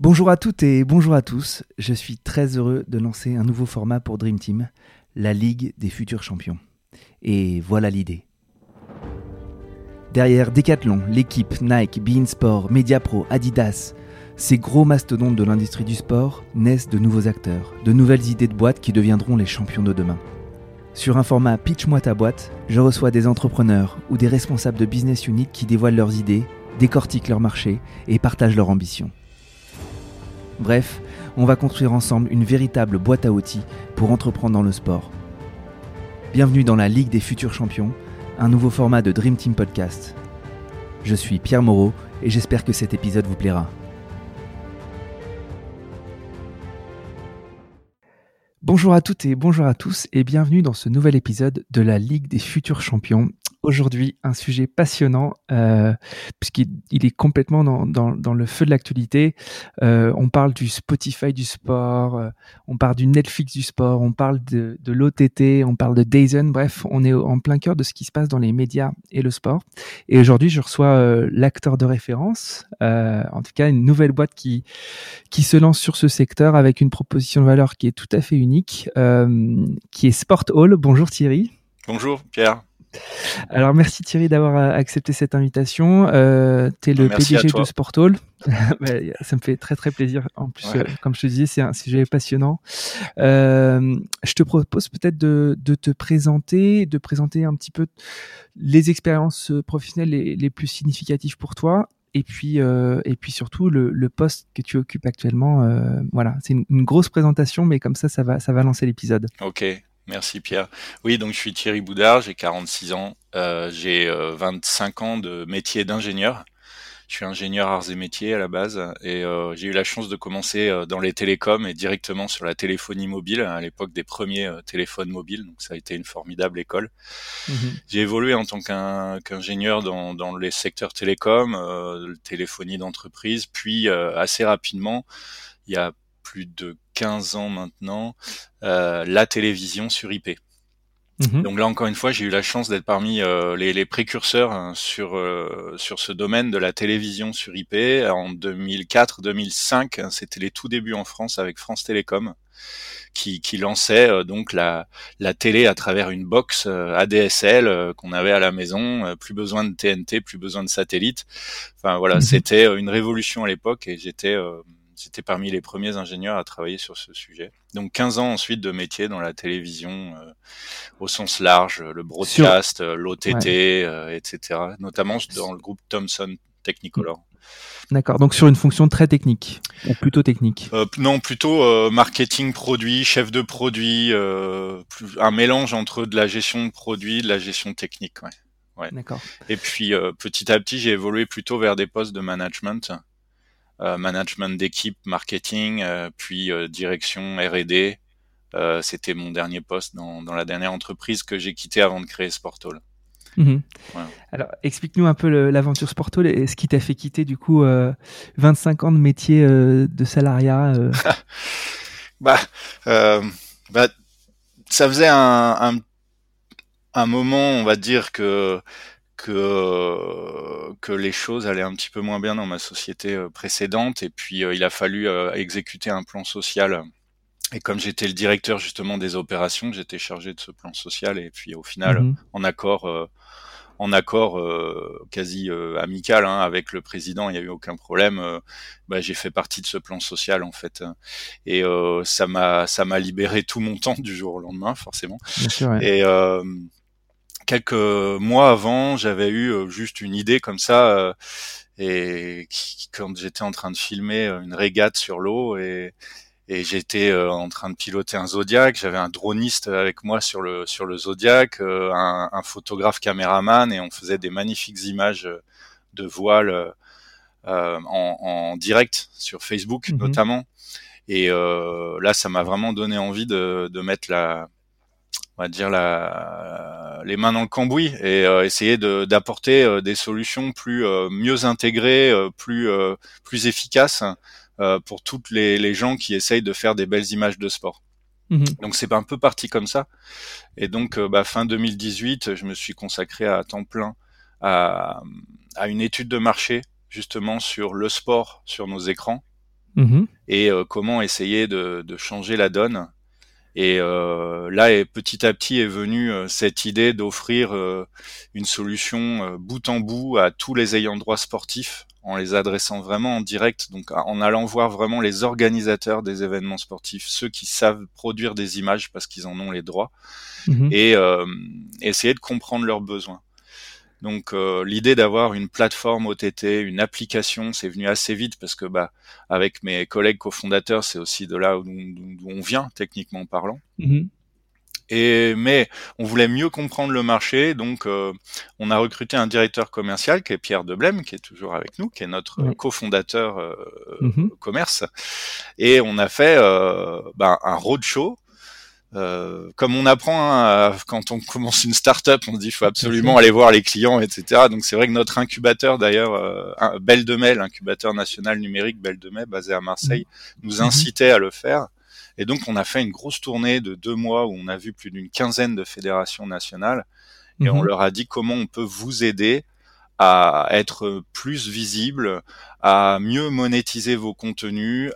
Bonjour à toutes et bonjour à tous, je suis très heureux de lancer un nouveau format pour Dream Team, la Ligue des futurs champions. Et voilà l'idée. Derrière Decathlon, l'équipe, Nike, beIN Sport, Mediapro, Adidas, ces gros mastodontes de l'industrie du sport naissent de nouveaux acteurs, de nouvelles idées de boîtes qui deviendront les champions de demain. Sur un format Pitch-moi ta boîte, je reçois des entrepreneurs ou des responsables de business unit qui dévoilent leurs idées, décortiquent leur marché et partagent leurs ambitions. Bref, on va construire ensemble une véritable boîte à outils pour entreprendre dans le sport. Bienvenue dans la Ligue des futurs champions, un nouveau format de Dream Team Podcast. Je suis Pierre Moreau et j'espère que cet épisode vous plaira. Bonjour à toutes et bonjour à tous et bienvenue dans ce nouvel épisode de la Ligue des futurs champions. Aujourd'hui, un sujet passionnant puisqu'il est complètement dans le feu de l'actualité. On parle du Spotify du sport, on parle du Netflix du sport, on parle de l'OTT, on parle de DAZN. Bref, on est en plein cœur de ce qui se passe dans les médias et le sport. Et aujourd'hui, je reçois l'acteur de référence, en tout cas une nouvelle boîte qui se lance sur ce secteur avec une proposition de valeur qui est tout à fait unique, qui est Sport Hall. Bonjour Thierry. Bonjour Pierre. Alors merci Thierry d'avoir accepté cette invitation. Tu es le PDG de Sport Hall. Ça me fait très très plaisir. En plus, comme je te disais, c'est un sujet passionnant. Je te propose peut-être de te présenter, de présenter un petit peu les expériences professionnelles les plus significatives pour toi. Et puis surtout le poste que tu occupes actuellement. Voilà, c'est une grosse présentation, mais comme ça va lancer l'épisode. Ok. Merci Pierre. Oui, donc je suis Thierry Boudard, j'ai 46 ans, j'ai 25 ans de métier d'ingénieur. Je suis ingénieur arts et métiers à la base et j'ai eu la chance de commencer dans les télécoms et directement sur la téléphonie mobile, à l'époque des premiers téléphones mobiles, donc ça a été une formidable école. J'ai évolué en tant qu'ingénieur dans les secteurs télécoms, téléphonie d'entreprise, puis assez rapidement, il y a plus de 15 ans maintenant, la télévision sur IP. Donc là, encore une fois, j'ai eu la chance d'être parmi les précurseurs sur ce domaine de la télévision sur IP. En 2004-2005, c'était les tout débuts en France avec France Télécom, qui lançait donc la télé à travers une box ADSL qu'on avait à la maison. Plus besoin de TNT, plus besoin de satellite. Enfin voilà, c'était une révolution à l'époque et j'étais parmi les premiers ingénieurs à travailler sur ce sujet. Donc 15 ans ensuite de métier dans la télévision au sens large, le broadcast, l'OTT, etc. Notamment dans le groupe Thomson Technicolor. D'accord, donc sur une fonction très technique, ou plutôt technique. Non, plutôt marketing produit, chef de produit, un mélange entre de la gestion de produit, de la gestion technique. Ouais. D'accord. Et puis petit à petit, j'ai évolué plutôt vers des postes de management. Management d'équipe, marketing, puis direction R&D. C'était mon dernier poste dans la dernière entreprise que j'ai quittée avant de créer Sport Hall. Voilà. Alors, explique-nous un peu l'aventure Sport Hall et ce qui t'a fait quitter du coup 25 ans de métier de salariat. Ça faisait un moment, on va dire que les choses allaient un petit peu moins bien dans ma société précédente et puis il a fallu exécuter un plan social et comme j'étais le directeur justement des opérations, j'étais chargé de ce plan social et puis au final en accord quasi amical avec le président, il n'y a eu aucun problème. J'ai fait partie de ce plan social en fait et ça m'a libéré tout mon temps du jour au lendemain forcément. Bien sûr, ouais. Et quelques mois avant, j'avais eu juste une idée comme ça, et quand j'étais en train de filmer une régate sur l'eau et j'étais en train de piloter un Zodiac, j'avais un droniste avec moi sur le Zodiac, un photographe caméraman et on faisait des magnifiques images de voile en direct sur Facebook notamment. Et là, ça m'a vraiment donné envie de mettre les mains dans le cambouis et essayer d'apporter des solutions mieux intégrées, plus efficaces pour toutes les gens qui essayent de faire des belles images de sport. Donc c'est un peu parti comme ça. Et donc fin 2018, je me suis consacré à temps plein à une étude de marché justement sur le sport sur nos écrans. Mhm. et comment essayer de changer la donne. Et là, petit à petit est venue cette idée d'offrir une solution bout en bout à tous les ayants droit sportifs, en les adressant vraiment en direct, donc en allant voir vraiment les organisateurs des événements sportifs, ceux qui savent produire des images parce qu'ils en ont les droits, Mhm. et essayer de comprendre leurs besoins. Donc l'idée d'avoir une plateforme OTT, une application, c'est venu assez vite parce que avec mes collègues cofondateurs, c'est aussi de là d'où on vient techniquement parlant. Mhm. Mais on voulait mieux comprendre le marché, donc on a recruté un directeur commercial qui est Pierre Deblème, qui est toujours avec nous, qui est notre Ouais. cofondateur Mhm. commerce, et on a fait un roadshow. Comme on apprend quand on commence une start-up, on se dit il faut Bien absolument sûr. aller voir les clients, etc. Donc c'est vrai que notre incubateur d'ailleurs, Belle de Mai, l'incubateur national numérique Belle de Mai, basé à Mhm. Marseille, nous Mhm. incitait à le faire. Et donc on a fait une grosse tournée de 2 mois où on a vu plus d'une quinzaine de fédérations nationales et on Mhm. leur a dit comment on peut vous aider à être plus visible, à mieux monétiser vos contenus,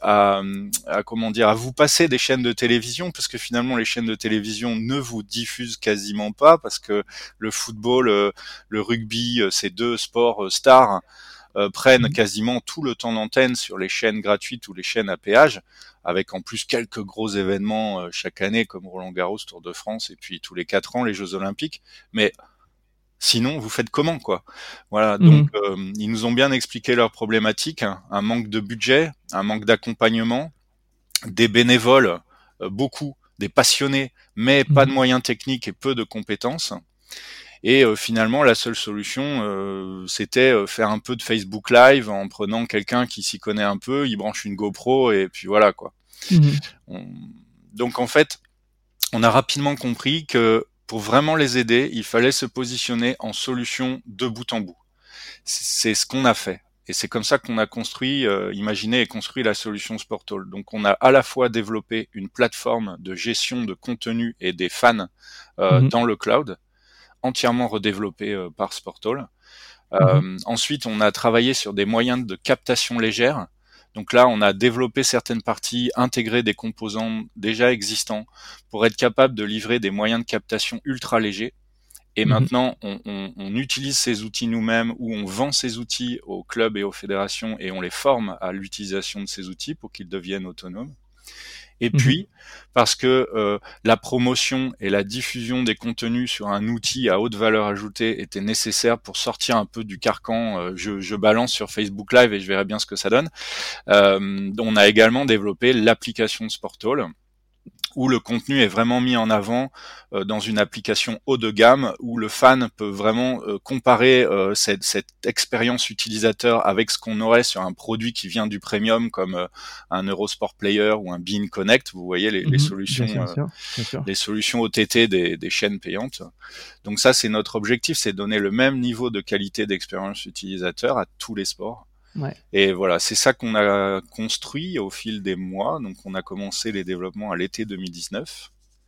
à comment dire, à vous passer des chaînes de télévision, parce que finalement les chaînes de télévision ne vous diffusent quasiment pas, parce que le football, le rugby, ces deux sports stars prennent Mhm. quasiment tout le temps d'antenne sur les chaînes gratuites ou les chaînes à péage, avec en plus quelques gros événements chaque année comme Roland-Garros, Tour de France, et puis tous les 4 ans les Jeux Olympiques. Mais sinon, vous faites comment, quoi? Voilà, donc Mhm. ils nous ont bien expliqué leurs problématiques, hein. Un manque de budget, un manque d'accompagnement, des bénévoles, beaucoup, des passionnés, mais pas de Mhm. moyens techniques et peu de compétences. Et finalement, la seule solution, c'était faire un peu de Facebook Live en prenant quelqu'un qui s'y connaît un peu, il branche une GoPro et puis voilà, quoi. Mhm. On- Donc en fait, on a rapidement compris que pour vraiment les aider, il fallait se positionner en solution de bout en bout. C'est ce qu'on a fait. Et c'est comme ça qu'on a construit, imaginé et construit la solution Sportall. Donc on a à la fois développé une plateforme de gestion de contenu et des fans Mhm. dans le cloud, entièrement redéveloppée par Sportall. Mhm. Ensuite, on a travaillé sur des moyens de captation légère. Donc là, on a développé certaines parties, intégré des composants déjà existants pour être capable de livrer des moyens de captation ultra légers. Et Mhm. maintenant, on utilise ces outils nous-mêmes ou on vend ces outils aux clubs et aux fédérations et on les forme à l'utilisation de ces outils pour qu'ils deviennent autonomes. Et Mhm. puis, parce que la promotion et la diffusion des contenus sur un outil à haute valeur ajoutée était nécessaire pour sortir un peu du carcan, je balance sur Facebook Live et je verrai bien ce que ça donne, on a également développé l'application de Sportall, où le contenu est vraiment mis en avant dans une application haut de gamme où le fan peut vraiment comparer cette expérience utilisateur avec ce qu'on aurait sur un produit qui vient du premium comme un Eurosport Player ou un Bein Connect. Vous voyez Mhm. Bien sûr, bien sûr, bien sûr. les solutions OTT des chaînes payantes. Donc ça, c'est notre objectif, c'est donner le même niveau de qualité d'expérience utilisateur à tous les sports. Ouais. Et voilà, c'est ça qu'on a construit au fil des mois. Donc, on a commencé les développements à l'été 2019.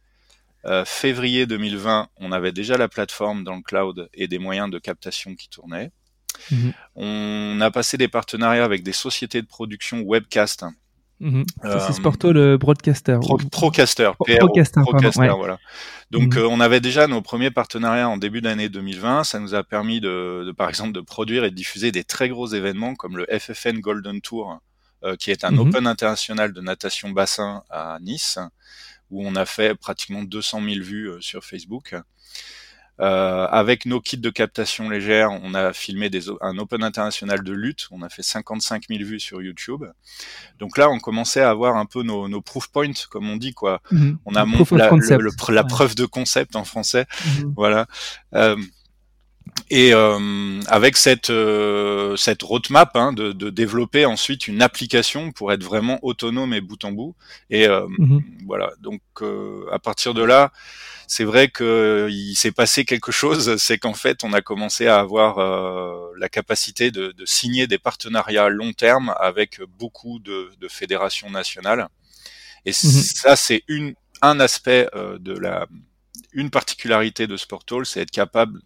Février 2020, on avait déjà la plateforme dans le cloud et des moyens de captation qui tournaient. Mhm. On a passé des partenariats avec des sociétés de production webcast. Mhm. Ça, c'est Euh, Sporto, le broadcaster. Procaster, PRO, Procaster, pardon. Procaster, Ouais. voilà. Donc, Mhm. on avait déjà nos premiers partenariats en début d'année 2020. Ça nous a permis par exemple, de produire et de diffuser des très gros événements comme le FFN Golden Tour, qui est un Mhm. Open international de natation bassin à Nice, où on a fait pratiquement 200 000 vues sur Facebook. Avec nos kits de captation légère, on a filmé un Open international de lutte. On a fait 55 000 vues sur YouTube. Donc là, on commençait à avoir un peu nos proof points, comme on dit, quoi. Mhm. On a Proof of concept. la Ouais. preuve de concept en français, Mhm. voilà. Euh, et avec cette roadmap de développer ensuite une application pour être vraiment autonome et bout en bout. Et Mhm. voilà. Donc à partir de là, c'est vrai qu'il s'est passé quelque chose, c'est qu'en fait, on a commencé à avoir la capacité de signer des partenariats long terme avec beaucoup de fédérations nationales. Et Mhm. ça, c'est un aspect une particularité de Sportall, c'est être capable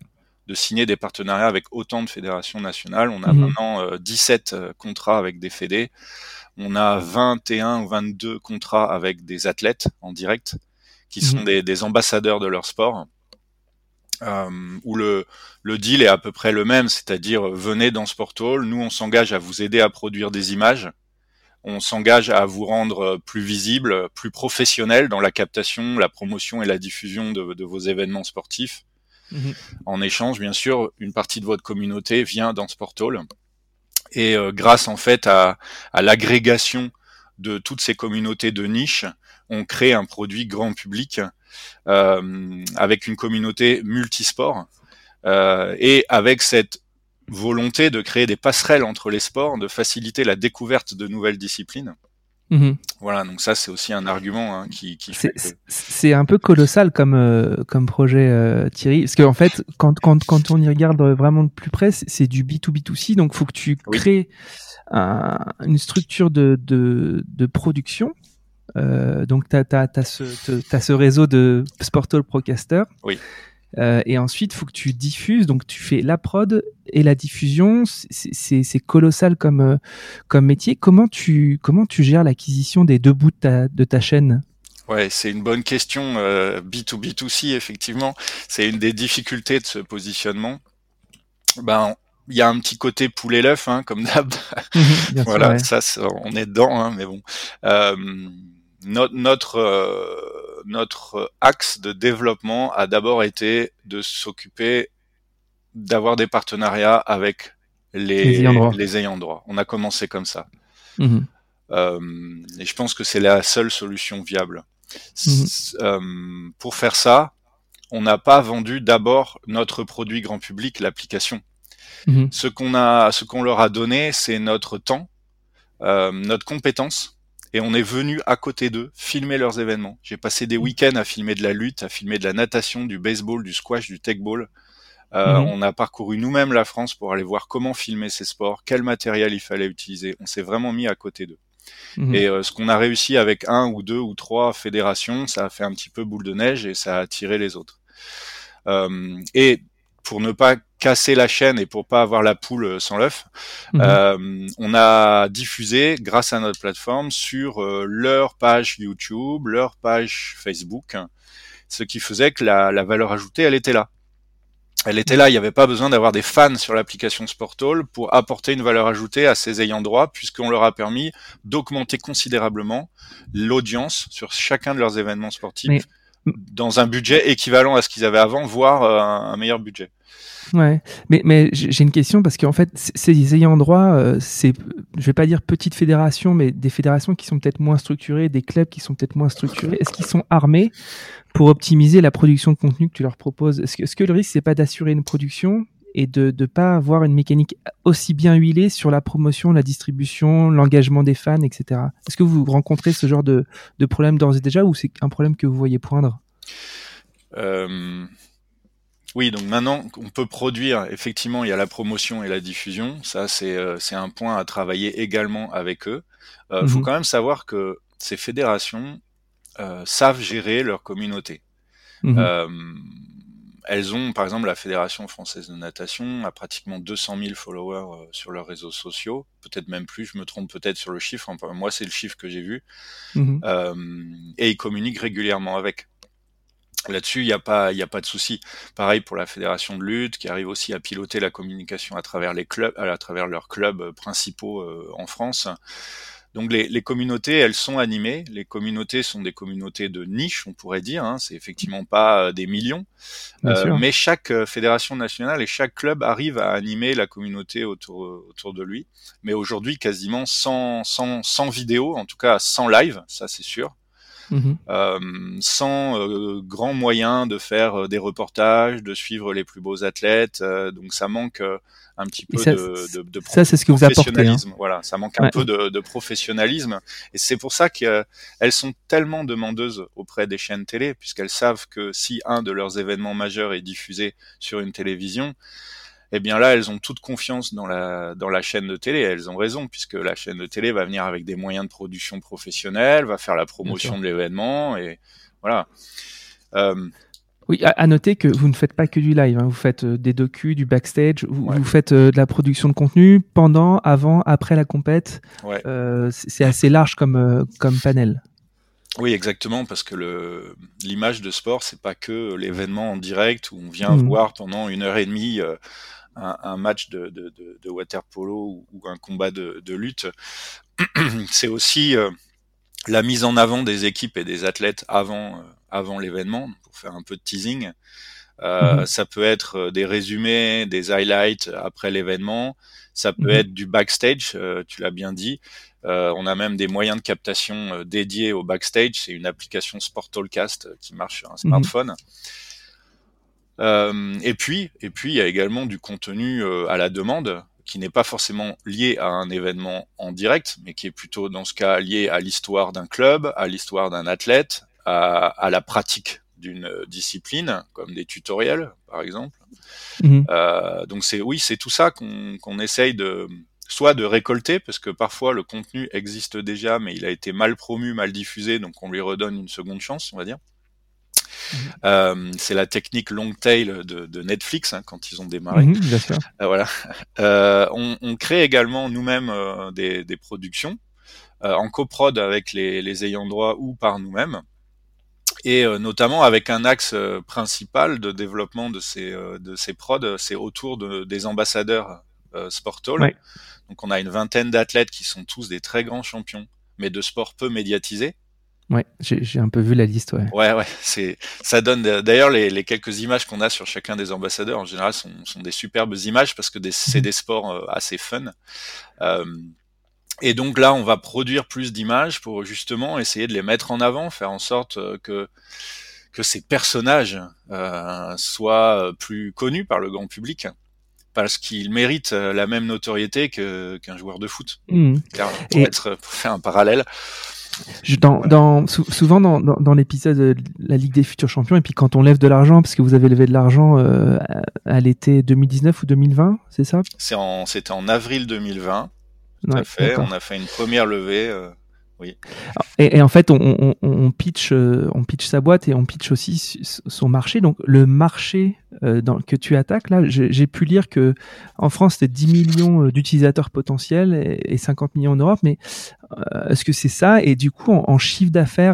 de signer des partenariats avec autant de fédérations nationales. On a maintenant 17 contrats avec des fédés. On a 21 ou 22 contrats avec des athlètes en direct qui sont des ambassadeurs de leur sport. Où le deal est à peu près le même, c'est-à-dire venez dans Sporthall, nous on s'engage à vous aider à produire des images, on s'engage à vous rendre plus visible, plus professionnel dans la captation, la promotion et la diffusion de vos événements sportifs. En échange, bien sûr, une partie de votre communauté vient dans Sporthall et grâce en fait à l'agrégation de toutes ces communautés de niche, on crée un produit grand public avec une communauté multisport et avec cette volonté de créer des passerelles entre les sports, de faciliter la découverte de nouvelles disciplines. Voilà, donc ça c'est aussi un argument qui fait que... C'est un peu colossal comme projet, Thierry, parce qu'en fait, quand on y regarde vraiment de plus près, c'est du B2B2C, donc il faut que tu crées une structure de production. Donc t'as ce réseau de Sporthall Procaster. Oui. Et ensuite, il faut que tu diffuses. Donc tu fais la prod et la diffusion. C'est colossal comme métier. Comment tu gères l'acquisition des deux bouts de ta chaîne? Ouais, c'est une bonne question. B2B2C, effectivement, c'est une des difficultés de ce positionnement. Ben, il y a un petit côté poulet l'œuf, hein, comme d'hab. Voilà, sûr, ouais. ça, on est dedans, hein, mais bon. Notre axe de développement a d'abord été de s'occuper d'avoir des partenariats avec les ayants droit. On a commencé comme ça. Et je pense que c'est la seule solution viable. Pour faire ça, on n'a pas vendu d'abord notre produit grand public, l'application. Ce qu'on leur a donné, c'est notre temps, notre compétence, et on est venu à côté d'eux filmer leurs événements. J'ai passé des week-ends à filmer de la lutte, à filmer de la natation, du baseball, du squash, du tech-ball. On a parcouru nous-mêmes la France pour aller voir comment filmer ces sports, quel matériel il fallait utiliser. On s'est vraiment mis à côté d'eux. Et ce qu'on a réussi avec 1 ou 2 ou 3 fédérations, ça a fait un petit peu boule de neige et ça a attiré les autres. Et pour ne pas casser la chaîne et pour pas avoir la poule sans l'œuf, on a diffusé grâce à notre plateforme sur leur page YouTube, leur page Facebook, ce qui faisait que la valeur ajoutée, elle était là. Elle était là, il n'y avait pas besoin d'avoir des fans sur l'application Sporthall pour apporter une valeur ajoutée à ces ayants droit, puisqu'on leur a permis d'augmenter considérablement l'audience sur chacun de leurs événements sportifs dans un budget équivalent à ce qu'ils avaient avant, voire un meilleur budget. Ouais, mais j'ai une question parce qu'en fait, ces ayants droit, c'est, je vais pas dire petites fédérations, mais des fédérations qui sont peut-être moins structurées, des clubs qui sont peut-être moins structurés. Est-ce qu'ils sont armés pour optimiser la production de contenu que tu leur proposes? Est-ce que le risque, c'est pas d'assurer une production et de pas avoir une mécanique aussi bien huilée sur la promotion, la distribution, l'engagement des fans, etc. Est-ce que vous rencontrez ce genre de problème d'ores et déjà ou c'est un problème que vous voyez poindre? Oui, donc maintenant, on peut produire, effectivement, il y a la promotion et la diffusion. Ça, c'est un point à travailler également avec eux. Faut quand même savoir que ces fédérations savent gérer leur communauté. Elles ont, par exemple, la Fédération française de natation a pratiquement 200 000 followers sur leurs réseaux sociaux, peut-être même plus, je me trompe peut-être sur le chiffre, enfin, moi c'est le chiffre que j'ai vu, et ils communiquent régulièrement avec. Là-dessus, il n'y a pas de souci. Pareil pour la fédération de lutte, qui arrive aussi à piloter la communication à travers les clubs, à travers leurs clubs principaux en France. Donc les communautés, elles sont animées. Les communautés sont des communautés de niche, on pourrait dire. Hein. C'est effectivement pas des millions, mais chaque fédération nationale et chaque club arrive à animer la communauté autour de lui. Mais aujourd'hui, quasiment sans vidéo, en tout cas sans live, ça c'est sûr. Sans grands moyens de faire des reportages, de suivre les plus beaux athlètes, donc ça manque un petit peu de ça, c'est ce que vous apportez, hein. Voilà, ça manque un peu de professionnalisme, et c'est pour ça qu'elles sont tellement demandeuses auprès des chaînes télé, puisqu'elles savent que si un de leurs événements majeurs est diffusé sur une télévision, eh bien là, elles ont toute confiance dans la chaîne de télé. Elles ont raison, puisque la chaîne de télé va venir avec des moyens de production professionnels, va faire la promotion de l'événement, et voilà. Oui, à noter que vous ne faites pas que du live, hein. Vous faites des docus, du backstage, vous faites de la production de contenu pendant, avant, après la compète. Ouais. C'est assez large comme panel. Oui, exactement, parce que l'image de sport, c'est pas que l'événement en direct où on vient voir pendant 1h30 un match de water polo ou un combat de lutte. C'est aussi la mise en avant des équipes et des athlètes avant l'événement, pour faire un peu de teasing. Ça peut être des résumés, des highlights après l'événement. Ça peut être du backstage, tu l'as bien dit. On a même des moyens de captation dédiés au backstage. C'est une application Sport Talkcast qui marche sur un smartphone. Et puis, il y a également du contenu à la demande qui n'est pas forcément lié à un événement en direct, mais qui est plutôt dans ce cas lié à l'histoire d'un club, à l'histoire d'un athlète, à la pratique d'une discipline, comme des tutoriels, par exemple. Donc c'est tout ça qu'on essaye soit de récolter, parce que parfois le contenu existe déjà, mais il a été mal promu, mal diffusé, donc on lui redonne une seconde chance, on va dire. C'est la technique long tail de Netflix, hein, quand ils ont démarré. Bien sûr. Voilà. On crée également nous-mêmes des productions en coprod avec les ayants droit ou par nous-mêmes, et notamment avec un axe principal de développement de ces prods, c'est autour des ambassadeurs Sportall. Ouais. Donc on a une vingtaine d'athlètes qui sont tous des très grands champions, mais de sports peu médiatisés. Ouais, j'ai un peu vu la liste, ouais. Ouais, ça donne d'ailleurs les quelques images qu'on a sur chacun des ambassadeurs en général sont des superbes images parce que c'est des sports assez fun. Et donc là, on va produire plus d'images pour justement essayer de les mettre en avant, faire en sorte que ces personnages soient plus connus par le grand public, parce qu'ils méritent la même notoriété qu'un joueur de foot. Pour faire un parallèle. Souvent dans l'épisode la Ligue des futurs champions, et puis quand on lève de l'argent, parce que vous avez levé de l'argent à l'été 2019 ou 2020, c'est ça? C'était en avril 2020. Tout à fait. On a fait une première levée. Oui. Et en fait, on pitch sa boîte et on pitch aussi son marché. Donc le marché que tu attaques, là, j'ai pu lire que en France, c'était 10 millions d'utilisateurs potentiels et 50 millions en Europe. Mais est-ce que c'est ça? Et du coup, en chiffre d'affaires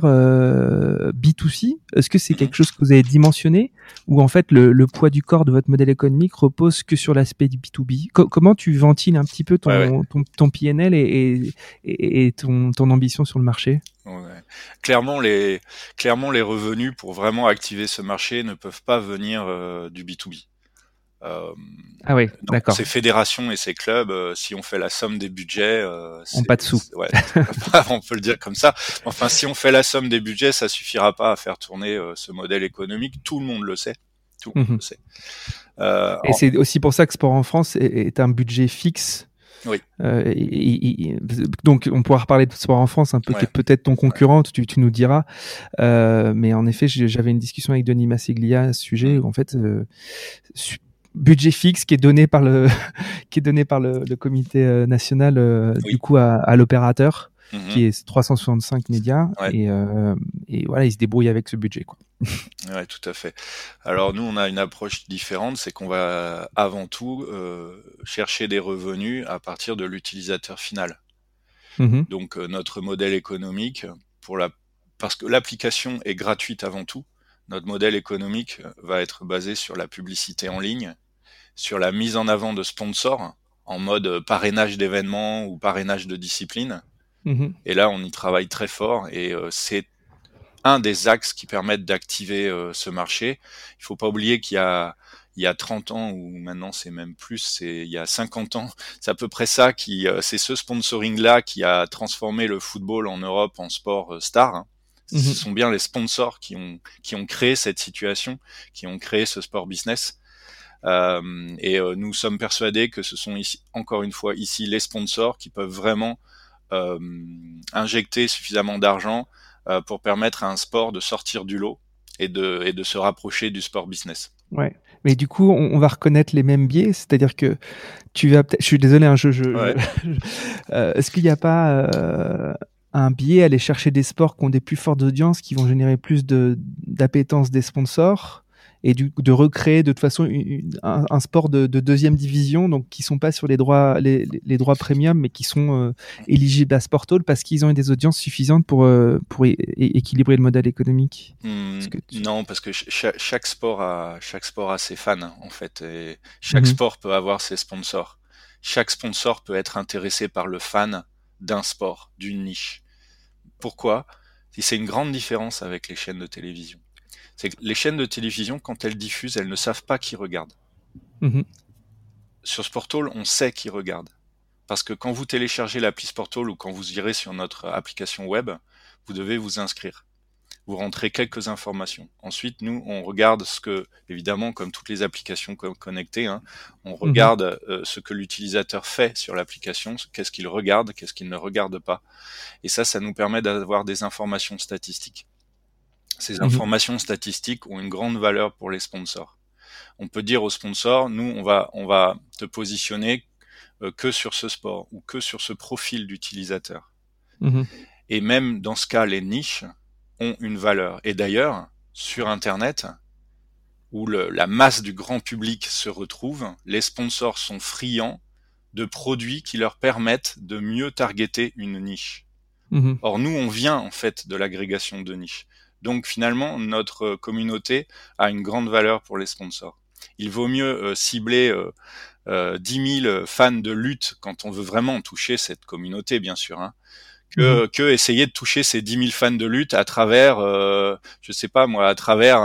B2C, est-ce que c'est quelque chose que vous avez dimensionné, ou en fait le poids du corps de votre modèle économique repose que sur l'aspect du B2B? Comment tu ventiles un petit peu ton PNL et ton ambition sur le marché? Clairement, les revenus pour vraiment activer ce marché ne peuvent pas venir du B2B. Ah oui, d'accord. Ces fédérations et ces clubs, si on fait la somme des budgets, on pas de sous. Ouais, on peut le dire comme ça. Enfin, si on fait la somme des budgets, ça suffira pas à faire tourner ce modèle économique. Tout le monde le sait. Tout le monde le sait. Et c'est aussi pour ça que Sport en France est un budget fixe. Oui. Donc on pourra reparler de Sport en France un peu, qui est peut-être ton concurrent, tu nous diras. Mais en effet, j'avais une discussion avec Denis Massiglia à ce sujet, où en fait budget fixe qui est donné par le comité national du coup à l'opérateur, qui est 365 médias, et voilà, il se débrouille avec ce budget, quoi. Ouais, tout à fait. Alors nous, on a une approche différente, c'est qu'on va avant tout chercher des revenus à partir de l'utilisateur final. Donc notre modèle économique, parce que l'application est gratuite avant tout, notre modèle économique va être basé sur la publicité en ligne, sur la mise en avant de sponsors en mode parrainage d'événements ou parrainage de disciplines. Et là, on y travaille très fort, et c'est un des axes qui permettent d'activer ce marché. Il faut pas oublier qu'il y a 30 ans, ou maintenant c'est même plus, il y a 50 ans, c'est à peu près ça c'est ce sponsoring-là qui a transformé le football en Europe en sport star. Hein. Ce sont bien les sponsors qui ont créé cette situation, qui ont créé ce sport business. Et nous sommes persuadés que ce sont encore une fois les sponsors qui peuvent vraiment injecter suffisamment d'argent pour permettre à un sport de sortir du lot et de se rapprocher du sport business. Ouais. Mais du coup, on va reconnaître les mêmes biais, c'est-à-dire que tu vas peut-être, je suis désolé, hein, est-ce qu'il n'y a pas un biais à aller chercher des sports qui ont des plus fortes audiences, qui vont générer plus d'appétence des sponsors, et de recréer de toute façon un sport de deuxième division, donc qui sont pas sur les droits premium, mais qui sont éligibles à Sportall parce qu'ils ont des audiences suffisantes pour équilibrer le modèle économique. Non, parce que chaque sport a ses fans en fait, et chaque sport peut avoir ses sponsors. Chaque sponsor peut être intéressé par le fan d'un sport, d'une niche. Pourquoi ? C'est une grande différence avec les chaînes de télévision. C'est que les chaînes de télévision, quand elles diffusent, elles ne savent pas qui regarde. Sur Sportall, on sait qui regarde. Parce que quand vous téléchargez l'appli Sportall ou quand vous irez sur notre application web, vous devez vous inscrire. Vous rentrez quelques informations. Ensuite, nous, on regarde ce que, évidemment, comme toutes les applications connectées, on regarde ce que l'utilisateur fait sur l'application, qu'est-ce qu'il regarde, qu'est-ce qu'il ne regarde pas. Et ça nous permet d'avoir des informations statistiques. Ces informations statistiques ont une grande valeur pour les sponsors. On peut dire aux sponsors, nous, on va te positionner que sur ce sport ou que sur ce profil d'utilisateur. Et même dans ce cas, les niches ont une valeur. Et d'ailleurs, sur Internet, où la masse du grand public se retrouve, les sponsors sont friands de produits qui leur permettent de mieux targeter une niche. Or, nous, on vient en fait de l'agrégation de niches. Donc, finalement, notre communauté a une grande valeur pour les sponsors. Il vaut mieux cibler 10 000 fans de lutte quand on veut vraiment toucher cette communauté, bien sûr, que essayer de toucher ces 10 000 fans de lutte à travers, je sais pas moi, à travers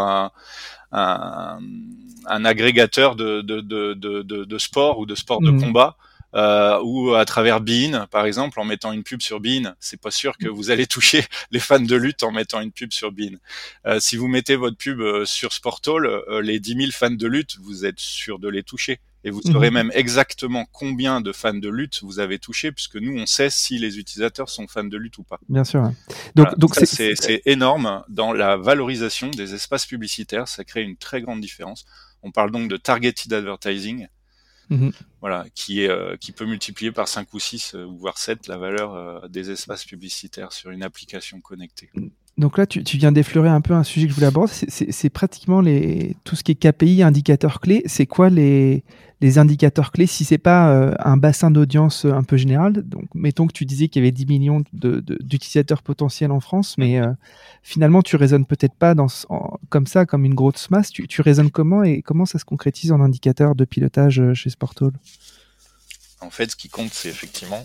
un agrégateur de sport ou de sport de combat, ou à travers Bein, par exemple, en mettant une pub sur Bein. C'est pas sûr que vous allez toucher les fans de lutte en mettant une pub sur Bein. Si vous mettez votre pub sur Sportall, les 10 000 fans de lutte, vous êtes sûr de les toucher. Et vous saurez même exactement combien de fans de lutte vous avez touché, puisque nous, on sait si les utilisateurs sont fans de lutte ou pas. Bien sûr. Ouais. Donc c'est énorme dans la valorisation des espaces publicitaires. Ça crée une très grande différence. On parle donc de targeted advertising, voilà, qui peut multiplier par 5 ou 6, voire 7 la valeur des espaces publicitaires sur une application connectée. Donc là, tu viens d'effleurer un peu un sujet que je voulais aborder. C'est pratiquement tout ce qui est KPI, indicateurs clés. C'est quoi les indicateurs clés si c'est pas un bassin d'audience un peu général? Donc, mettons que tu disais qu'il y avait 10 millions d'utilisateurs potentiels en France, mais finalement, tu raisonnes peut-être pas comme ça, comme une grosse masse. Tu raisonnes comment et comment ça se concrétise en indicateurs de pilotage chez Sportall? En fait, ce qui compte, c'est effectivement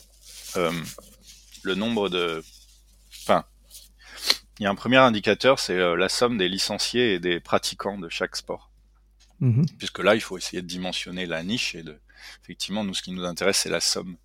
le nombre de... Enfin, il y a un premier indicateur, c'est la somme des licenciés et des pratiquants de chaque sport. Puisque là, il faut essayer de dimensionner la niche et effectivement, nous, ce qui nous intéresse, c'est la somme.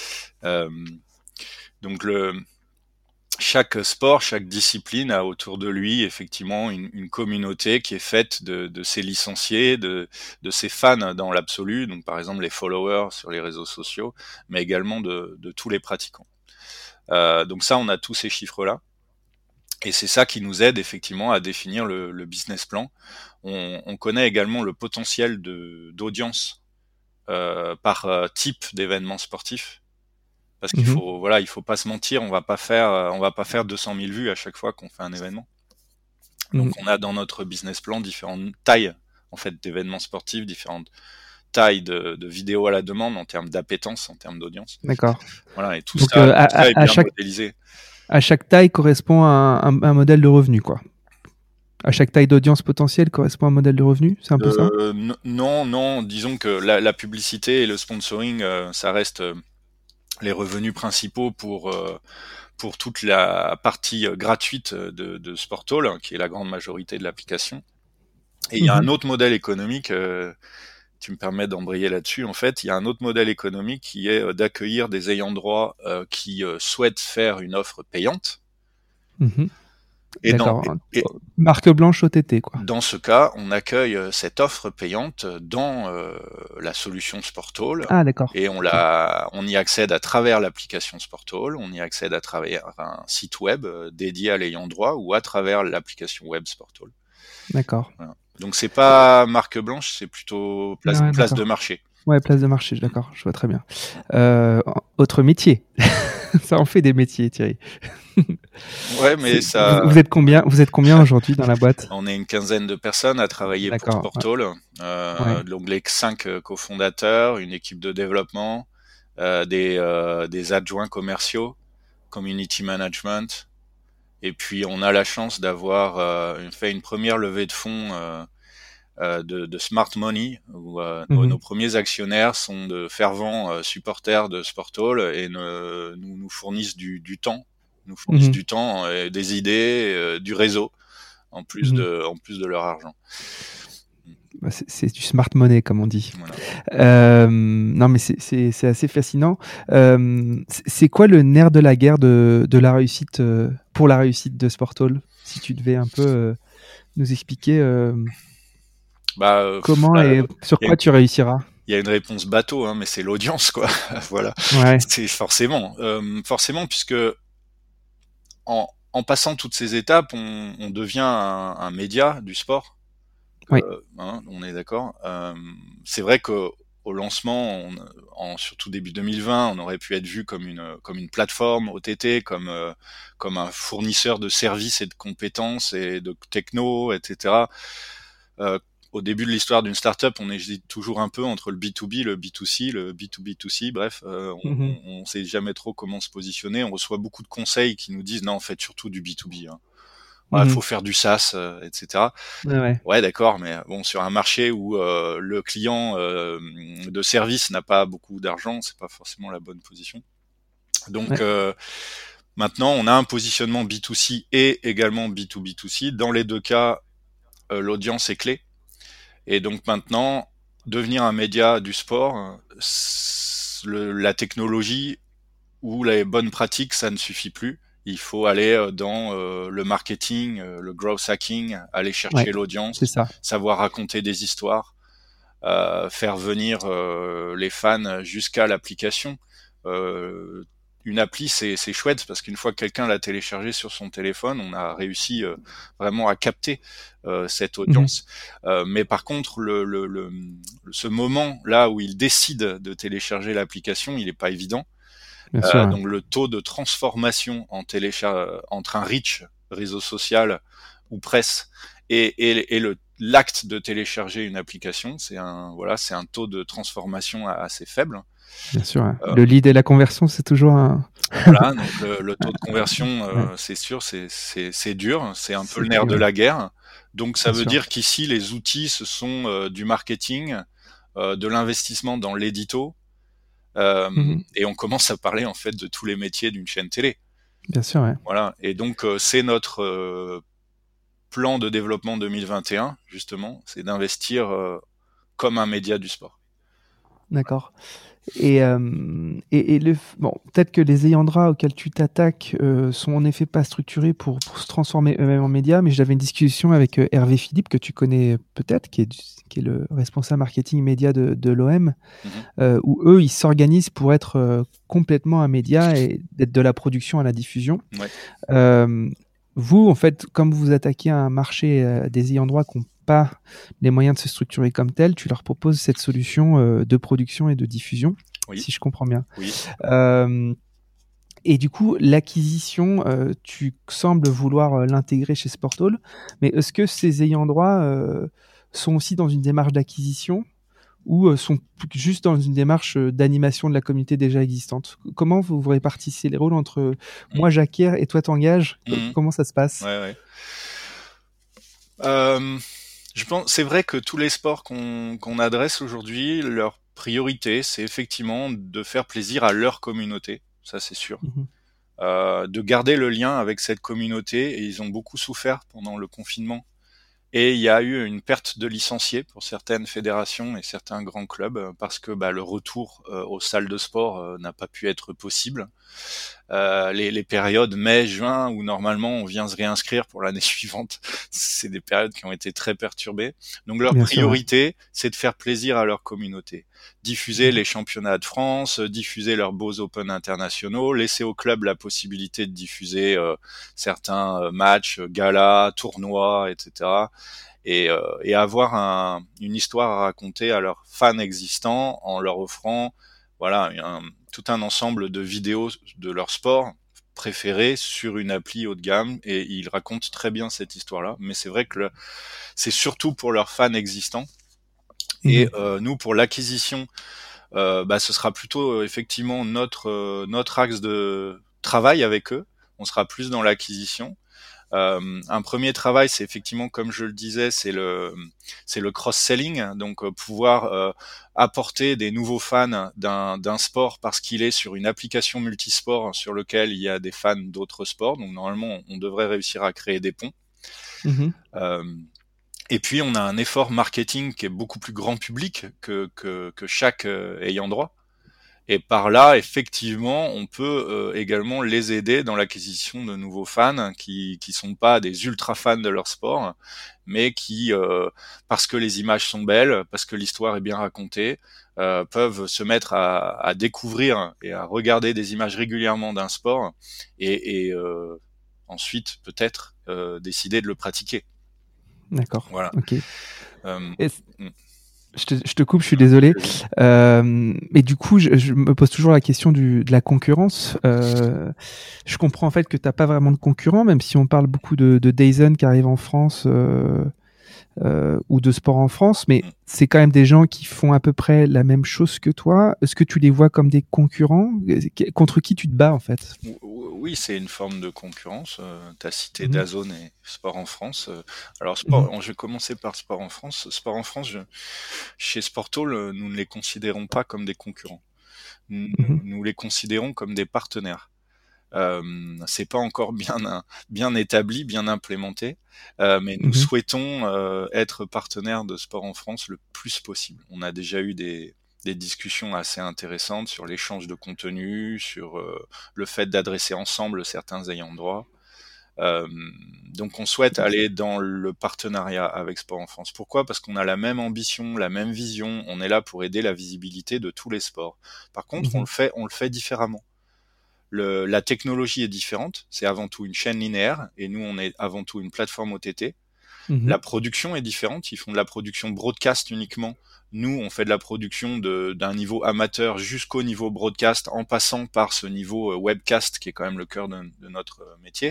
Donc, chaque sport, chaque discipline a autour de lui, effectivement, une communauté qui est faite de ses licenciés, de ses fans dans l'absolu, donc par exemple les followers sur les réseaux sociaux, mais également de tous les pratiquants. Donc ça, on a tous ces chiffres-là. Et c'est ça qui nous aide effectivement à définir le business plan. On connaît également le potentiel d'audience par type d'événement sportif, parce qu'il faut pas se mentir, on va pas faire 200 000 vues à chaque fois qu'on fait un événement. Donc on a dans notre business plan différentes tailles en fait d'événements sportifs, différentes tailles de vidéos à la demande en termes d'appétence, en termes d'audience. D'accord. Voilà, et tout ça est bien modélisé. À chaque taille correspond à un modèle de revenu, quoi. À chaque taille d'audience potentielle correspond à un modèle de revenu, c'est un peu ça? Non. Disons que la publicité et le sponsoring, ça reste les revenus principaux pour toute la partie gratuite de Sportall, qui est la grande majorité de l'application. Et il y a un autre modèle économique. Tu me permets d'embrayer là-dessus. En fait, il y a un autre modèle économique qui est d'accueillir des ayants droit qui souhaitent faire une offre payante. Et marque blanche OTT, quoi. Dans ce cas, on accueille cette offre payante dans la solution Sportall. Ah, d'accord. Et on y accède à travers l'application Sportall, on y accède à travers un site web dédié à l'ayant droit ou à travers l'application web Sportall. D'accord. Voilà. Donc c'est pas marque blanche, c'est plutôt place de marché. Ouais, place de marché, d'accord, je vois très bien. Autre métier. Ça en fait des métiers, Thierry. Ouais, mais ça, Vous êtes combien aujourd'hui dans la boîte? on est une quinzaine de personnes à travailler pour D'accord. Sportall. Ouais. Donc les 5 cofondateurs, une équipe de développement, des adjoints commerciaux, community management. Et puis on a la chance d'avoir fait une première levée de fonds de Smart Money, où nos Mhm. premiers actionnaires sont de fervents supporters de Sportall et nous fournissent du temps, nous fournissent Mhm. du temps, des idées, du réseau, Mhm. en plus de leur argent. Bah, c'est du smart money, comme on dit. Voilà. Non, mais c'est assez fascinant. C'est quoi le nerf de la guerre de la réussite, pour la réussite de Sportall? Si tu devais un peu nous expliquer Bah, comment et sur il quoi tu réussiras. y a une réponse bateau, hein, mais c'est l'audience, quoi. Voilà. Ouais, C'est forcément, puisque en passant toutes ces étapes, on devient un média du sport. oui, Hein, on est d'accord. C'est vrai que au lancement, surtout début 2020, on aurait pu être vu comme une plateforme OTT, comme un fournisseur de services et de compétences et de techno, etc. Euh, Au début de l'histoire d'une startup, on hésite toujours un peu entre le B2B, le B2C, le B2B2C. Bref, mhm, on sait jamais trop comment se positionner. On reçoit beaucoup de conseils qui nous disent non, faites surtout du B2B. Hein. Ouais, mhm. faut faire du SaaS, etc. Ouais, ouais, Ouais, d'accord, mais bon, sur un marché où le client de service n'a pas beaucoup d'argent, c'est pas forcément la bonne position. Donc ouais, maintenant, on a un positionnement B2C et également B2B2C. Dans les deux cas, l'audience est clé. Et donc maintenant, devenir un média du sport, la technologie ou les bonnes pratiques, ça ne suffit plus. Il faut aller dans le marketing, le growth hacking, aller ouais, chercher c'est l'audience, ça. savoir raconter des histoires, faire venir les fans jusqu'à l'application. Euh, une appli, c'est chouette parce qu'une fois que quelqu'un l'a téléchargé sur son téléphone, on a réussi vraiment à capter cette Mhm. audience. Mais par contre, ce moment là où il décide de télécharger l'application, il n'est pas évident. Bien sûr, ouais. Donc le taux de transformation entre un reach réseau social ou presse et l'acte de télécharger une application, c'est un taux de transformation assez faible. Bien sûr, ouais. Euh, Le lead et la conversion, c'est toujours un. voilà, donc le taux de conversion, Ouais, c'est sûr, c'est dur, c'est un peu c'est le nerf clé, de ouais. la guerre. Donc ça Bien veut sûr. dire qu'ici les outils, ce sont du marketing, de l'investissement dans l'édito, Mhm. et on commence à parler en fait de tous les métiers d'une chaîne télé. Bien sûr, ouais. Voilà. Et donc, c'est notre plan de développement 2021, justement, c'est d'investir comme un média du sport. D'accord. Et bon, peut-être que les ayants droit auxquels tu t'attaques sont en effet pas structurés pour se transformer eux-mêmes en médias, mais j'avais une discussion avec Hervé Philippe, que tu connais peut-être, qui est le responsable marketing média de l'OM, Mhm. où eux, ils s'organisent pour être complètement un média et d'être de la production à la diffusion. Ouais. Euh, Vous, en fait, comme vous attaquez à un marché des ayants droit qui n'ont pas les moyens de se structurer comme tel, tu leur proposes cette solution de production et de diffusion, Oui, si je comprends bien. oui. Euh, et du coup, l'acquisition, tu sembles vouloir l'intégrer chez Sportall, mais est-ce que ces ayants droit sont aussi dans une démarche d'acquisition ou sont juste dans une démarche d'animation de la communauté déjà existante? Comment vous répartissez les rôles entre moi j'acquiers et toi t'engages? Mhm. Comment ça se passe? Ouais, ouais. Euh, je pense, c'est vrai que tous les sports qu'on adresse aujourd'hui, leur priorité, c'est effectivement de faire plaisir à leur communauté. Ça, c'est sûr. Mhm. De garder le lien avec cette communauté, et ils ont beaucoup souffert pendant le confinement. Et il y a eu une perte de licenciés pour certaines fédérations et certains grands clubs parce que le retour aux salles de sport n'a pas pu être possible. Les périodes mai-juin où normalement on vient se réinscrire pour l'année suivante, c'est des périodes qui ont été très perturbées. Donc leur Bien sûr, ouais. priorité, c'est de faire plaisir à leur communauté. Diffuser Mhm. les championnats de France, diffuser leurs beaux Open internationaux, laisser au club la possibilité de diffuser certains matchs, galas, tournois, etc. Et avoir une histoire à raconter à leurs fans existants en leur offrant voilà tout un ensemble de vidéos de leur sport préféré sur une appli haut de gamme, et ils racontent très bien cette histoire-là. Mais c'est vrai que c'est surtout pour leurs fans existants. Et nous, pour l'acquisition, ce sera plutôt effectivement notre axe de travail avec eux. On sera plus dans l'acquisition. Un premier travail, c'est effectivement, comme je le disais, c'est le cross-selling, donc pouvoir apporter des nouveaux fans d'un sport parce qu'il est sur une application multisport sur lequel il y a des fans d'autres sports. Donc normalement, on devrait réussir à créer des ponts. Euh, et puis on a un effort marketing qui est beaucoup plus grand public que chaque ayant droit. Et par là, effectivement, on peut également les aider dans l'acquisition de nouveaux fans qui sont pas des ultra fans de leur sport, mais qui, parce que les images sont belles, parce que l'histoire est bien racontée, peuvent se mettre à découvrir et à regarder des images régulièrement d'un sport et ensuite peut-être décider de le pratiquer. D'accord. Voilà. Ok. Je te coupe, je suis désolé. Mais du coup, je me pose toujours la question de la concurrence. Je comprends en fait que tu n'as pas vraiment de concurrent, même si on parle beaucoup de DAZN qui arrive en France ou de sport en France, mais c'est quand même des gens qui font à peu près la même chose que toi. Est-ce que tu les vois comme des concurrents? Contre qui tu te bats en fait? Oui, c'est une forme de concurrence. Tu as cité DAZN et Sport en France. Alors, je vais commencer par Sport en France. Sport en France, chez Sportall, nous ne les considérons pas comme des concurrents. Nous les considérons comme des partenaires. C'est pas encore bien établi, bien implémenté, mais nous souhaitons être partenaires de Sport en France le plus possible. On a déjà eu des discussions assez intéressantes sur l'échange de contenu, sur le fait d'adresser ensemble certains ayants droit. Donc on souhaite aller dans le partenariat avec Sport en France. Pourquoi ? Parce qu'on a la même ambition, la même vision. On est là pour aider la visibilité de tous les sports. Par contre, on le fait différemment. La technologie est différente. C'est avant tout une chaîne linéaire et nous, on est avant tout une plateforme OTT. La production est différente. Ils font de la production broadcast uniquement. Nous, on fait de la production d'un niveau amateur jusqu'au niveau broadcast en passant par ce niveau webcast qui est quand même le cœur de notre métier.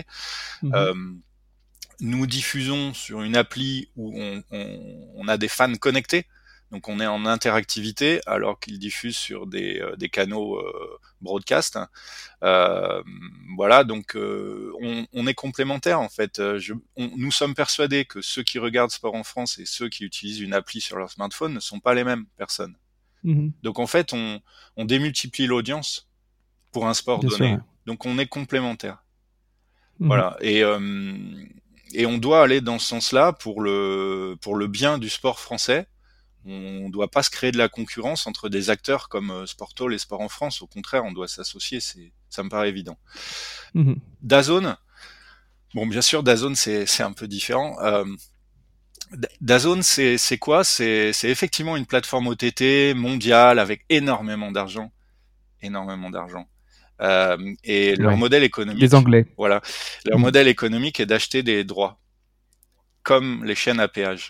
Nous diffusons sur une appli où on a des fans connectés. Donc on est en interactivité alors qu'ils diffusent sur des canaux broadcast. Voilà, donc on est complémentaires en fait. Nous sommes persuadés que ceux qui regardent Sport en France et ceux qui utilisent une appli sur leur smartphone ne sont pas les mêmes personnes. Donc en fait, on démultiplie l'audience pour un sport Bien donné. Sûr, ouais. Donc on est complémentaires. Voilà, et on doit aller dans ce sens-là pour le bien du sport français. On ne doit pas se créer de la concurrence entre des acteurs comme Sportall et Sport en France. Au contraire, on doit s'associer. Ça me paraît évident. DAZN, bon, bien sûr, DAZN c'est un peu différent. DAZN, c'est quoi ? C'est effectivement une plateforme OTT mondiale avec énormément d'argent, et leur modèle économique. Des Anglais. Voilà, leur modèle économique est d'acheter des droits, comme les chaînes à péage.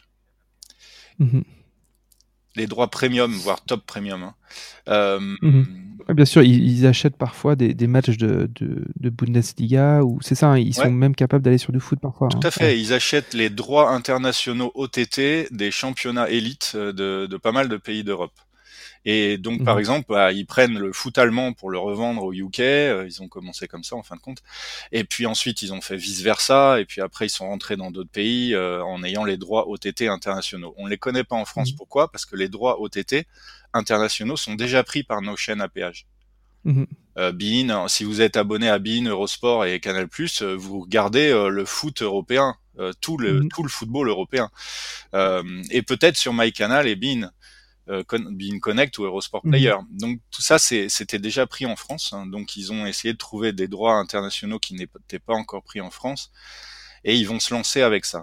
Les droits premium, voire top premium. Bien sûr, ils achètent parfois des matchs de Bundesliga, ou c'est ça, ils sont même capables d'aller sur du foot parfois. Tout à fait, ils achètent les droits internationaux OTT des championnats élites de pas mal de pays d'Europe. Et donc, par exemple, ils prennent le foot allemand pour le revendre au UK. Ils ont commencé comme ça, en fin de compte. Et puis ensuite, ils ont fait vice-versa. Et puis après, ils sont rentrés dans d'autres pays en ayant les droits OTT internationaux. On ne les connaît pas en France. Pourquoi ? Parce que les droits OTT internationaux sont déjà pris par nos chaînes à péage. beIN, si vous êtes abonné à beIN, Eurosport et Canal+, vous regardez le foot européen, tout le football européen. Et peut-être sur MyCanal et beIN. beIN Connect ou Eurosport Player. Donc tout ça, c'était déjà pris en France. Donc ils ont essayé de trouver des droits internationaux qui n'étaient pas encore pris en France. Et ils vont se lancer avec ça.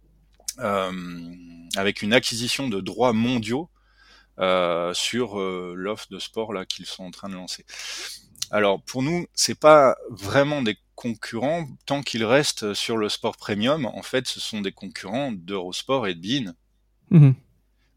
Avec une acquisition de droits mondiaux sur l'offre de sport là qu'ils sont en train de lancer. Alors pour nous, c'est pas vraiment des concurrents tant qu'ils restent sur le sport premium. En fait, ce sont des concurrents d'Eurosport et de beIN.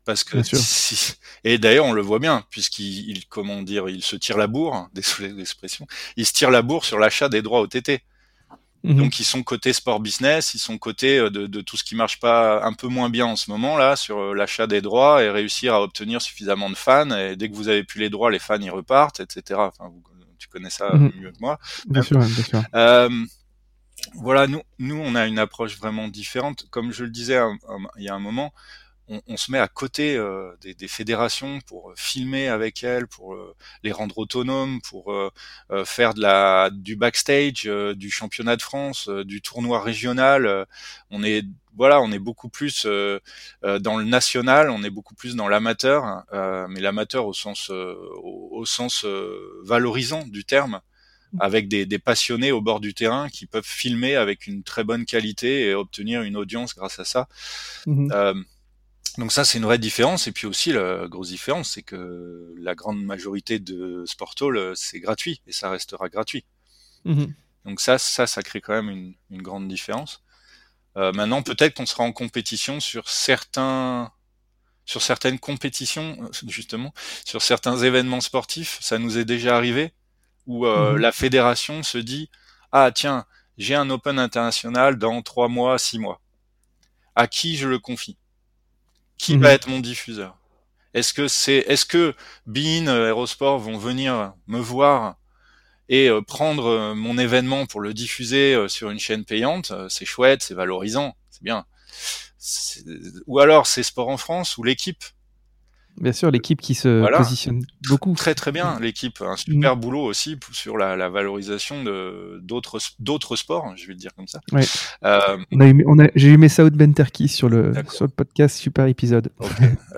Parce que Bien sûr. et d'ailleurs on le voit bien comment dire, il se tire la bourre, hein, désolé de l'expression, il se tire la bourre sur l'achat des droits OTT. Mhm. Donc ils sont côté sport business, ils sont côté de tout ce qui marche pas un peu moins bien en ce moment là sur l'achat des droits et réussir à obtenir suffisamment de fans. Et dès que vous avez plus les droits, les fans ils repartent, etc. Enfin, tu connais ça Mhm. mieux que moi. Bien sûr, bien sûr. Euh, voilà, nous on a une approche vraiment différente. Comme je le disais il y a un moment, on se met à côté des fédérations pour filmer avec elles, pour les rendre autonomes, pour faire du backstage, du championnat de France, du tournoi régional. On est beaucoup plus dans le national, on est beaucoup plus dans l'amateur, mais l'amateur au sens valorisant du terme, avec des passionnés au bord du terrain qui peuvent filmer avec une très bonne qualité et obtenir une audience grâce à ça. Mhm. Euh, donc ça, c'est une vraie différence. Et puis aussi, la grosse différence, c'est que la grande majorité de Sport Hall, c'est gratuit et ça restera gratuit. Mhm. Donc ça crée quand même une grande différence. Maintenant, peut-être qu'on sera en compétition sur certaines compétitions, justement, sur certains événements sportifs. Ça nous est déjà arrivé où Mhm. la fédération se dit, ah tiens, j'ai un Open international dans 3 mois, 6 mois. À qui je le confie? Qui va Mhm. être mon diffuseur? Est-ce que Bein, Aerosport vont venir me voir et prendre mon événement pour le diffuser sur une chaîne payante? C'est chouette, c'est valorisant, c'est bien. Ou alors c'est Sport en France ou l'équipe. Bien sûr, l'équipe qui se Voilà, positionne beaucoup. très très bien l'équipe, un Mhm. super boulot aussi sur la valorisation de d'autres sports, je vais le dire comme ça. Ouais. Euh, J'ai eu Messaoud Benterki sur d'accord. le podcast, super épisode. Ok.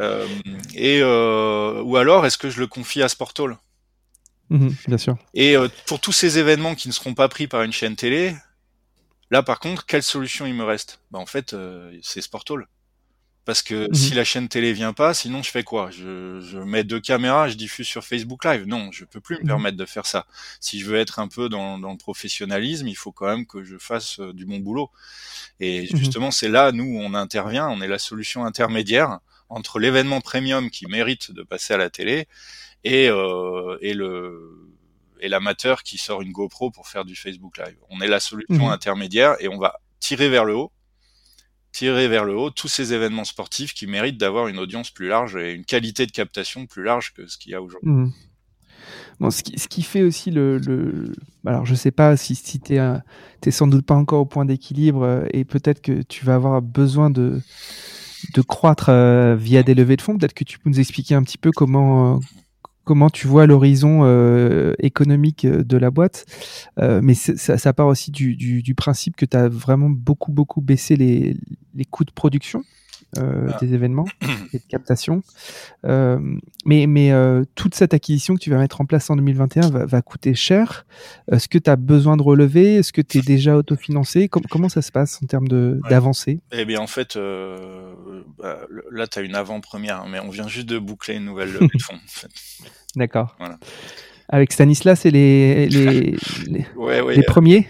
Ou alors est-ce que je le confie à Sport Hall? Mhm. Bien sûr. Et pour tous ces événements qui ne seront pas pris par une chaîne télé, là par contre, quelle solution il me reste? Bah en fait, c'est Sport Hall. Parce que si Mhm. la chaîne télé vient pas, sinon je fais quoi? Je mets 2 caméras, je diffuse sur Facebook Live. Non, je peux plus me Mhm. permettre de faire ça. Si je veux être un peu dans le professionnalisme, il faut quand même que je fasse du bon boulot. Et Mhm. justement, c'est là, nous, on intervient, on est la solution intermédiaire entre l'événement premium qui mérite de passer à la télé et, et l'amateur qui sort une GoPro pour faire du Facebook Live. On est la solution Mhm. intermédiaire et on va tirer vers le haut tous ces événements sportifs qui méritent d'avoir une audience plus large et une qualité de captation plus large que ce qu'il y a aujourd'hui. Mhm. Bon, ce qui fait aussi alors, je sais pas si t'es sans doute pas encore au point d'équilibre et peut-être que tu vas avoir besoin de croître via des levées de fonds. Peut-être que tu peux nous expliquer un petit peu comment tu vois l'horizon économique de la boîte. Mais ça part aussi du principe que tu as vraiment beaucoup baissé les coûts de production Ah. des événements et de captation. Mais toute cette acquisition que tu vas mettre en place en 2021 va coûter cher. Est-ce que tu as besoin de relever? Est-ce que tu es déjà autofinancé? Comment ça se passe en termes Ouais. d'avancée? Eh bien, en fait, là, tu as une avant-première, hein, mais on vient juste de boucler une nouvelle levée de fonds. En fait. D'accord. Voilà. Avec Stanislas, c'est Ouais, ouais. les premiers?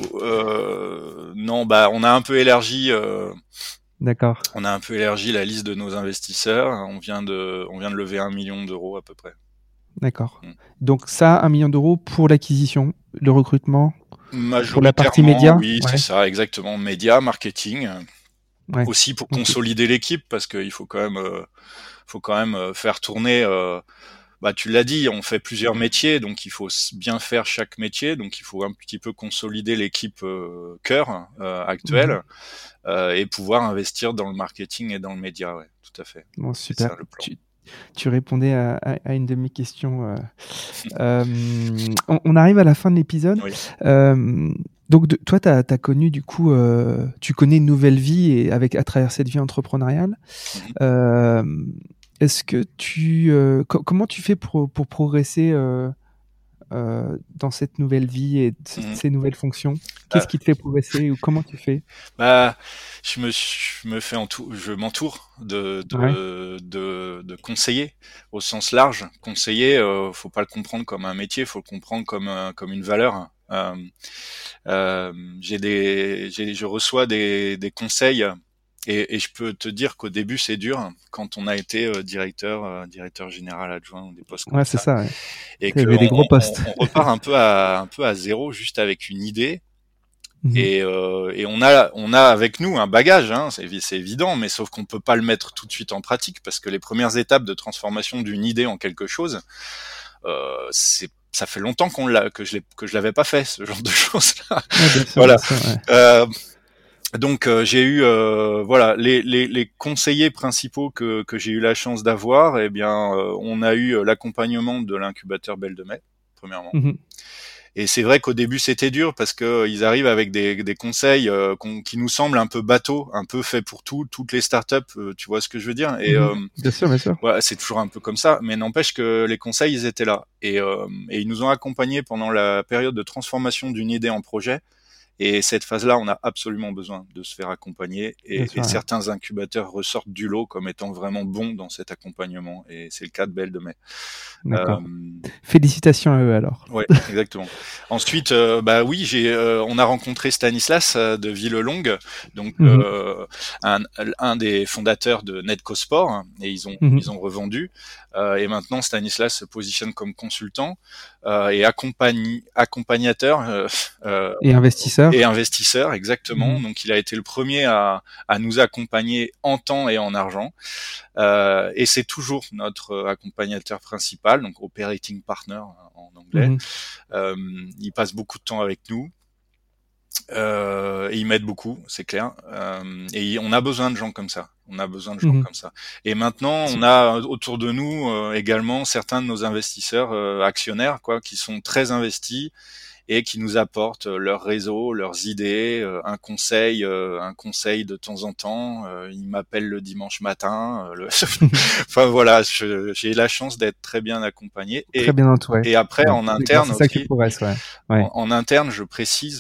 Non, bah, D'accord. on a un peu élargi la liste de nos investisseurs. On vient de lever 1 million d'euros à peu près. D'accord. Mm. Donc ça, 1 million d'euros pour l'acquisition, le recrutement, pour la partie Majoritairement, média? oui, c'est Ouais. ça, exactement. Média, marketing, Ouais. aussi pour Ok. consolider l'équipe, parce qu'il faut quand même faire tourner. Bah, tu l'as dit, on fait plusieurs métiers, donc il faut bien faire chaque métier, donc il faut un petit peu consolider l'équipe cœur Mhm. actuelle et pouvoir investir dans le marketing et dans le média, ouais, tout à fait. Bon, C'est super. ça le plan. Tu répondais à une de mes questions. On arrive à la fin de l'épisode. Oui. Donc, toi, tu as connu, du coup, tu connais une nouvelle vie et à travers cette vie entrepreneuriale. Mhm. Euh, Est-ce que comment tu fais pour progresser dans cette nouvelle vie et Mhm. ces nouvelles fonctions? Qu'est-ce Ah, qui te fait progresser ou comment tu fais? bah, je m'entoure Ouais. de conseillers au sens large. Conseiller, faut pas le comprendre comme un métier, faut le comprendre comme une valeur. Je reçois des conseils Et je peux te dire qu'au début c'est dur quand on a été directeur général adjoint ou des postes comme Ouais, c'est ça, ça. Ouais. et Il y avait des gros postes. on repart un peu à zéro juste avec une idée. Mhm. Et on a avec nous un bagage, hein, c'est évident, mais sauf qu'on peut pas le mettre tout de suite en pratique parce que les premières étapes de transformation d'une idée en quelque chose, ça fait longtemps que je l'avais pas fait, ce genre de choses là. Ouais, Voilà. bien sûr. Ouais. Donc j'ai eu voilà les conseillers principaux que j'ai eu la chance d'avoir. Eh bien, on a eu l'accompagnement de l'incubateur Belle de Mai, premièrement. Mhm. Et c'est vrai qu'au début c'était dur parce que ils arrivent avec des conseils qui nous semblent un peu bateaux, un peu faits pour toutes les startups, tu vois ce que je veux dire. Et Mhm. Bien sûr, bien sûr. ouais, c'est toujours un peu comme ça, mais n'empêche que les conseils ils étaient là et ils nous ont accompagnés pendant la période de transformation d'une idée en projet. Et cette phase-là, on a absolument besoin de se faire accompagner. Bien Et sûr. Ouais. certains incubateurs ressortent du lot comme étant vraiment bons dans cet accompagnement. Et c'est le cas de Belle de Mai. Euh, D'accord. Félicitations à eux alors. ouais, exactement. Ensuite, bah oui, on a rencontré Stanislas de Villelongue, donc Mhm. un des fondateurs de NetcoSport, et Mhm. ils ont revendu. Et maintenant, Stanislas se positionne comme consultant et accompagnateur Et et investisseurs. investisseur, exactement. Mhm. Donc, il a été le premier à nous accompagner en temps et en argent. Et c'est toujours notre accompagnateur principal, donc operating partner en anglais. Mhm. Euh, il passe beaucoup de temps avec nous. Et il m'aide beaucoup, c'est clair. Et on a besoin de gens comme ça. On a besoin de gens Mhm. comme ça. Et maintenant, Su- on a autour de nous également certains de nos investisseurs actionnaires, quoi, qui sont très investis et qui nous apportent leur réseau, leurs idées, un conseil de temps en temps. Ils m'appellent le dimanche matin. Enfin voilà, j'ai la chance d'être très bien accompagné. Très bien entouré. Et après, Ouais. en C'est grâce interne à ça que tu aussi, progresses, ouais. Ouais. en interne, je précise,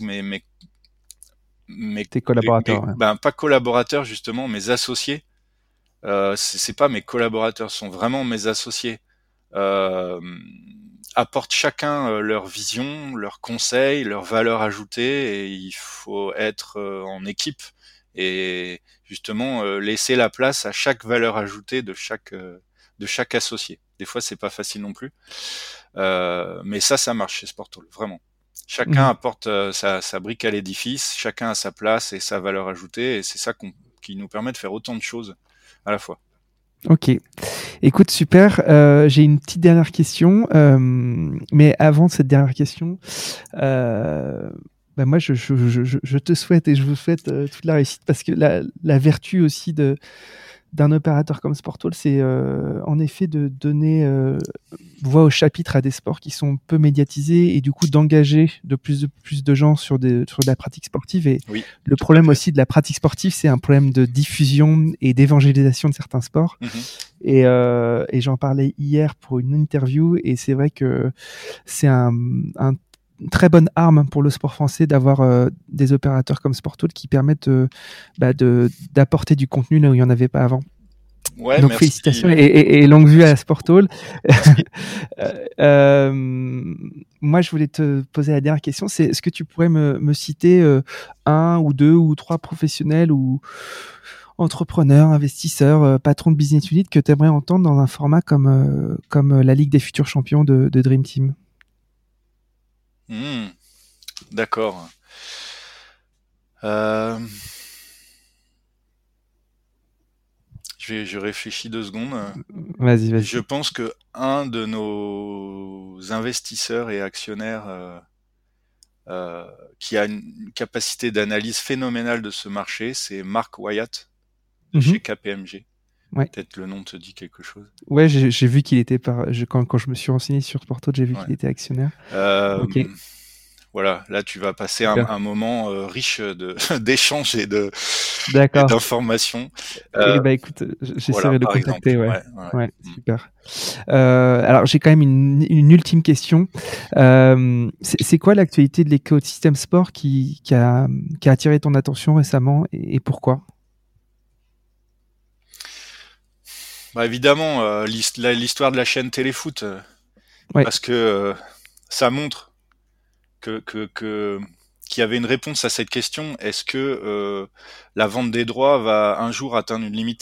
Tes collaborateurs, ouais. ben pas collaborateurs justement, mes associés. C'est pas mes collaborateurs, ce sont vraiment mes associés. Euh, apportent chacun leur vision, leurs conseils, leurs valeurs ajoutées, et il faut être en équipe et justement laisser la place à chaque valeur ajoutée de chaque associé. Des fois, c'est pas facile non plus, mais ça marche chez Sportol, vraiment. Chacun Mhm. apporte sa brique à l'édifice, chacun a sa place et sa valeur ajoutée, et c'est ça qui nous permet de faire autant de choses à la fois. Ok. Écoute, super. J'ai une petite dernière question. Mais avant cette dernière question, euh, bah moi, je te souhaite et je vous souhaite toute la réussite parce que la vertu aussi d'un opérateur comme Sportwall, c'est en effet de donner voix au chapitre à des sports qui sont peu médiatisés et du coup d'engager de plus de gens sur de la pratique sportive. Et Oui, le tout à problème fait. aussi de la pratique sportive, c'est un problème de diffusion et d'évangélisation de certains sports. Mhm. Et j'en parlais hier pour une interview et c'est vrai que c'est un très bonne arme pour le sport français d'avoir des opérateurs comme Sportwall qui permettent d'apporter du contenu là où il n'y en avait pas avant. Ouais, Donc merci. félicitations et longue vue à Merci beaucoup. Sportwall. Merci. Moi, je voulais te poser la dernière question. C'est est-ce que tu pourrais me citer un ou deux ou trois professionnels ou entrepreneurs, investisseurs, patrons de business unit que tu aimerais entendre dans un format comme la Ligue des futurs champions de Dream Team? Hmm, d'accord. Euh, je réfléchis 2 secondes. Vas-y, Je vas-y. pense que un de nos investisseurs et actionnaires euh, qui a une capacité d'analyse phénoménale de ce marché, c'est Mark Wyatt de Mhm. chez KPMG. Ouais, Peut-être le nom te dit quelque chose. ouais, j'ai vu qu'il était quand je me suis renseigné sur Sportwall, j'ai vu Ouais. qu'il était actionnaire. Euh, Ok, voilà, là tu vas passer super. un moment riche de d'échanges et D'accord. d'informations. Et Euh, bah écoute, voilà, j'essaierai de le par exemple. contacter, ouais. Ouais, ouais. Ouais, Mm. super. Alors j'ai quand même une ultime question. C'est quoi l'actualité de l'écosystème sport qui a attiré ton attention récemment et pourquoi? Bah, évidemment, l'histoire de la chaîne Téléfoot, Ouais. parce que ça montre que qu'il y avait une réponse à cette question. Est-ce que la vente des droits va un jour atteindre une limite ?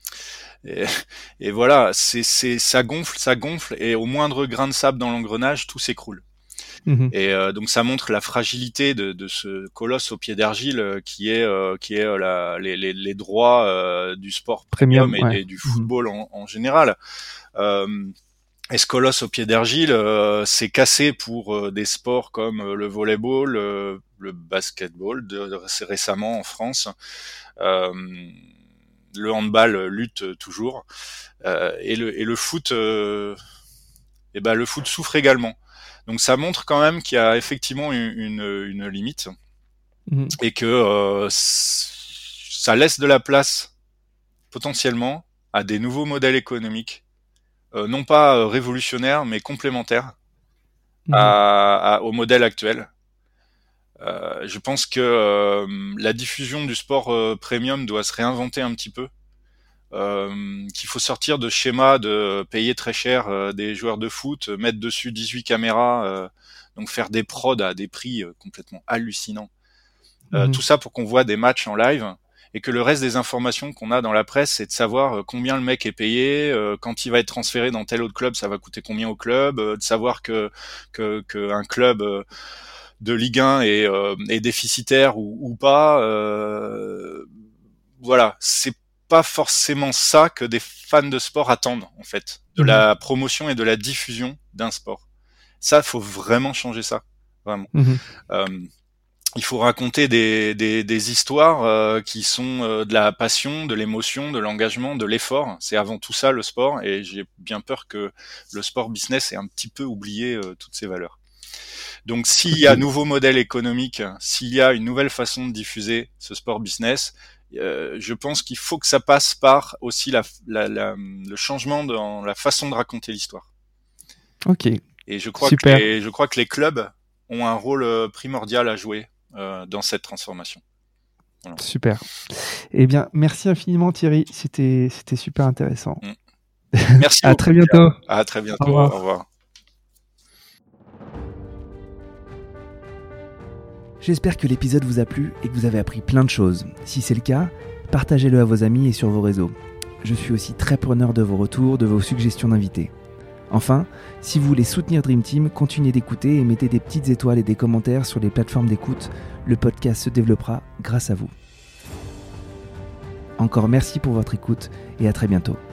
Et voilà, ça gonfle, et au moindre grain de sable dans l'engrenage, tout s'écroule. Et donc ça montre la fragilité de ce colosse au pied d'argile qui est les droits du sport premium et du football en général. Et ce colosse au pied d'argile s'est cassé pour des sports comme le volleyball, le basketball récemment en France. Le handball lutte toujours, et le foot, le foot souffre également. Donc ça montre quand même qu'il y a effectivement une limite, et que ça laisse de la place potentiellement à des nouveaux modèles économiques, non pas révolutionnaires mais complémentaires au modèle actuel. Je pense que la diffusion du sport premium doit se réinventer un petit peu. Qu'il faut sortir de schéma de payer très cher des joueurs de foot, mettre dessus 18 caméras, donc faire des prods à des prix complètement hallucinants. Tout ça pour qu'on voit des matchs en live, et que le reste des informations qu'on a dans la presse, c'est de savoir combien le mec est payé, quand il va être transféré dans tel autre club, ça va coûter combien au club, de savoir que un club de Ligue 1 est déficitaire ou pas. Voilà, c'est pas forcément ça que des fans de sport attendent, en fait, de la promotion et de la diffusion d'un sport. Ça, faut vraiment changer ça, vraiment. Il faut raconter des histoires qui sont de la passion, de l'émotion, de l'engagement, de l'effort. C'est avant tout ça le sport, et j'ai bien peur que le sport business ait un petit peu oublié toutes ces valeurs. Donc s'il y a un nouveau modèle économique, s'il y a une nouvelle façon de diffuser ce sport business, je pense qu'il faut que ça passe par aussi le changement dans la façon de raconter l'histoire. Ok. Et je crois que les clubs ont un rôle primordial à jouer dans cette transformation. Voilà. Super. Eh bien, merci infiniment Thierry, c'était super intéressant. Merci. À très bientôt. À très bientôt. Au revoir. J'espère que l'épisode vous a plu et que vous avez appris plein de choses. Si c'est le cas, partagez-le à vos amis et sur vos réseaux. Je suis aussi très preneur de vos retours, de vos suggestions d'invités. Enfin, si vous voulez soutenir Dream Team, continuez d'écouter et mettez des petites étoiles et des commentaires sur les plateformes d'écoute. Le podcast se développera grâce à vous. Encore merci pour votre écoute et à très bientôt.